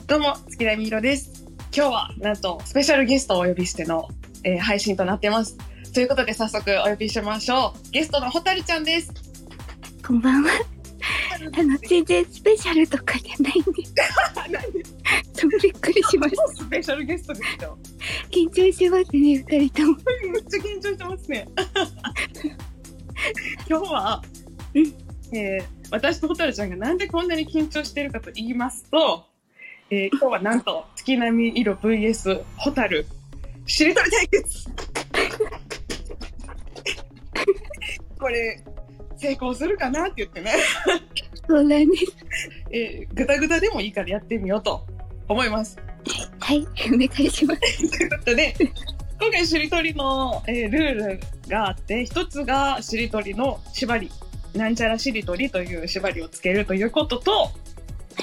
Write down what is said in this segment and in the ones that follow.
どうも月並みひろです。今日はなんとスペシャルゲストをお呼びしての、配信となってます。ということで早速お呼びしましょう。ゲストのほたるちゃんです。 こんばんは。全然スペシャルとかじゃないんでなんでびっくりしました。 スペシャルゲストですよ。 緊張してますね、二人とも。 めっちゃ緊張してますね。今日は、私とほたるちゃんがなんでこんなに緊張しているかと言いますと、今日はなんと月並み色 vs ほたるしりとり対決。これ成功するかなって言ってね。 そうなんです。 ぐだぐだでもいいからやってみようと思います。 はい、お願いします。 ということで、今回しりとりの、ルールがあって、一つがしりとりの縛り、なんちゃらしりとりという縛りをつけるということと、 はい、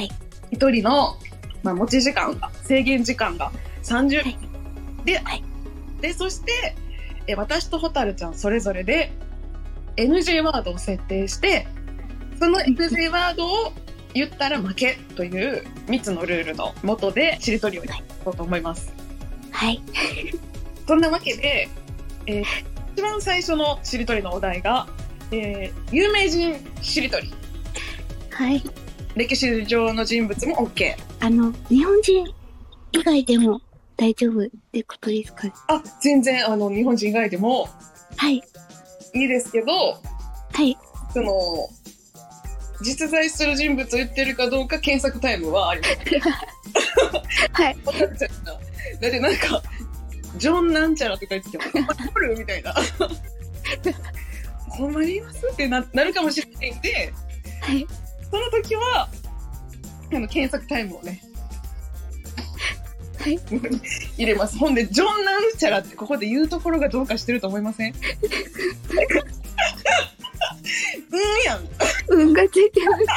一人の、持ち時間が、制限時間が30分、で、で、そして、私とほたるちゃんそれぞれで NG ワードを設定して、その NG ワードを言ったら負けという3つのルールの下でしりとりをやろうと思います。 はい。 そんなわけで、一番最初のしりとりのお題が、有名人しりとり。 はい。 歴史上の人物も OK。 日本人以外でも大丈夫ってことですか？ あ、全然日本人以外でもはい。 いいですけど、 はい。 その実在する人物を言ってるかどうか検索タイムはあります。 はい。 だってなんかジョンなんちゃらとか言っててもあるみたいな。ほんまにいますってなるかもしれないんで、 はい。 その時は検索タイムをね、 はい、 入れます。ほんでジョンなんちゃらってここで言うところがどうかしてると思いません？やん。 がついてます。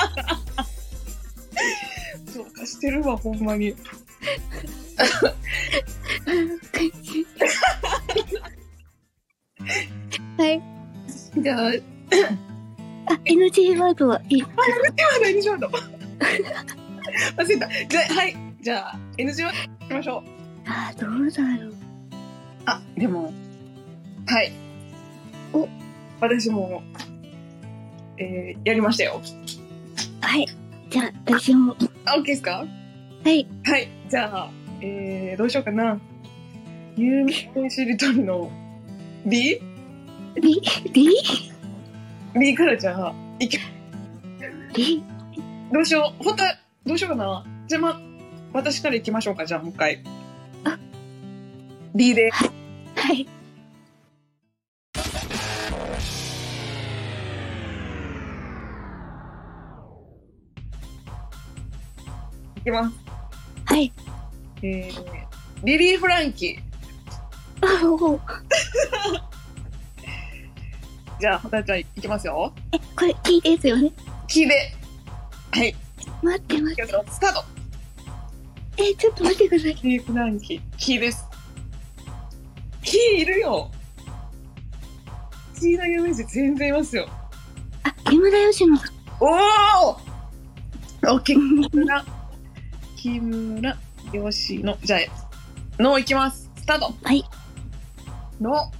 どうかしてるわほんまに。 はい。 じゃあ。 NG ワードはいい。 NG ワード。忘れた。じゃあ NG ワードしましょう。 どうだろう。 でもはい。私もやりましたよ。 はい。じゃあ私も。 OK ですか？ はい。 はい。じゃあどうしようかな。有名しりとりの B からじゃあいけ。 B どうしよう。どうしようかな。じゃあ私から行きましょうか。じゃあもう一回。B で。 はい。 いきます。 はい。 リリー・フランキー。じゃあ、ほたるちゃんいきますよ。 これ、キーですよね。 キーで。はい。 待って。 スタート。 ちょっと待ってください。 リリー・フランキー。キーです。キーいるよ。キーの有名人全然いますよ。 木村佳乃さん。 おー！ OK。木村佳乃。じゃあ、のいきます。スタート。 はい。 の、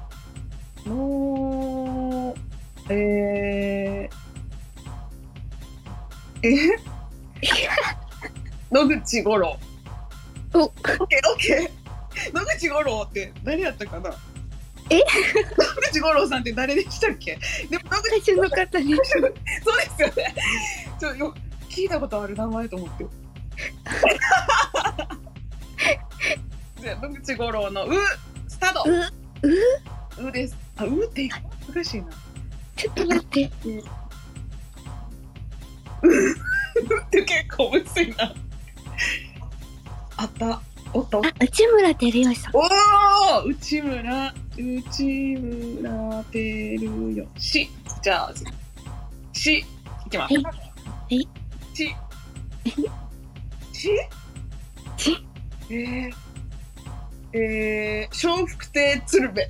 野口五郎。オッケー。野口五郎って誰やったかな？野口五郎さんって誰でしたっけ？でも野口の方に。 そうですよね。聞いたことある名前と思って。じゃあ野口五郎のスタート。うです。って難しいな。 ちょっと待って。 って結構むずいな。おった。 内村光良さん。 内村照良。じゃあいきます。 はい。 笑福亭鶴瓶。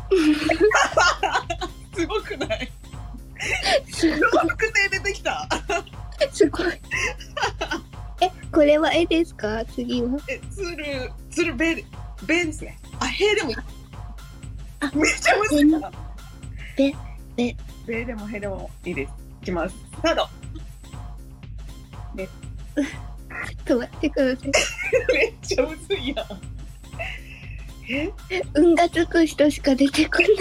すごくない？笑福亭出てきた。 すごい。 これは絵ですか？次は。 つるべですね。あ、へでもいい。 あ、 めっちゃむずいな。 べでもへでもいいです。いきます。スタート。 ちょっと待ってください。 めっちゃむずいやん。 運がつく人しか出てこない。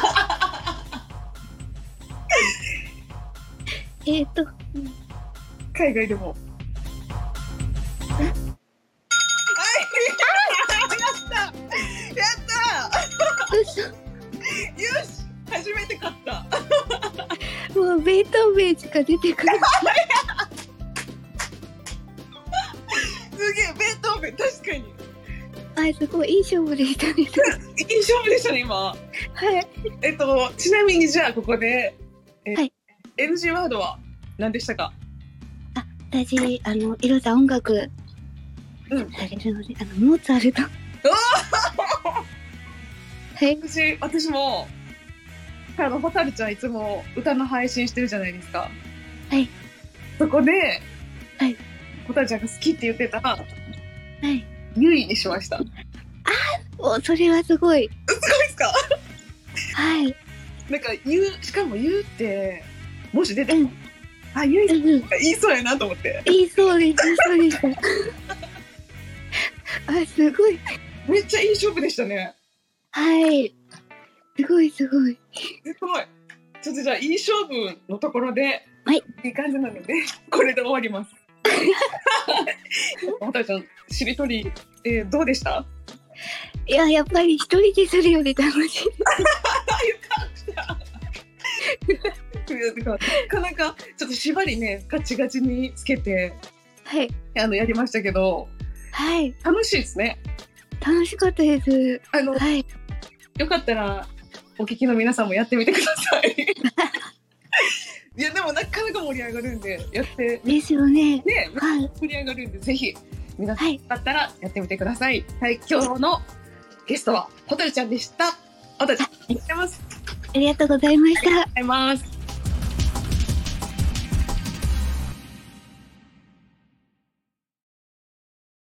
海外でも。はい。やった嘘。 よし、初めて勝った。 もうベートーベンしか出てこない。 すげえ、ベートーベン、確かに。 すごいいい勝負でしたね。 いい勝負でしたね、今。 はい。 ちなみにじゃあここで、 はい、 NG ワードは何でしたか？ 私いろさん音楽されるので、モーツァルト。はい。 私もホタルちゃんいつも歌の配信してるじゃないですか。 はい。 そこで、 はい。 ホタルちゃんが好きって言ってたら、 はい。 ゆいにしました。 それはすごい。 すごいですか？ はい。 なんかしかもゆうって、もし出て、ゆい言いそうやなと思って。 言いそうです、そうでした。すごい。 めっちゃいい勝負でしたね。 はい。すごい。 すごい。ちょっとじゃあ、いい勝負のところで、 はい。 いい感じなので、これで終わります。ホタルちゃん、しりとり、どうでした？ いや、やっぱり一人でするより楽しい。 なかなかちょっと縛りねガチガチにつけて、 はい、 やりましたけど、 はい、 楽しいですね。 楽しかったです。はい、 よかったらお聞きの皆さんもやってみてください。いやでもなかなか盛り上がるんでやってですよね。 はい、盛り上がるんでぜひ皆さんだったらやってみてください。はい、今日のゲストはホタルちゃんでした。ホタルちゃん、ありがとうございます。 ありがとうございました。 ありがとうございます。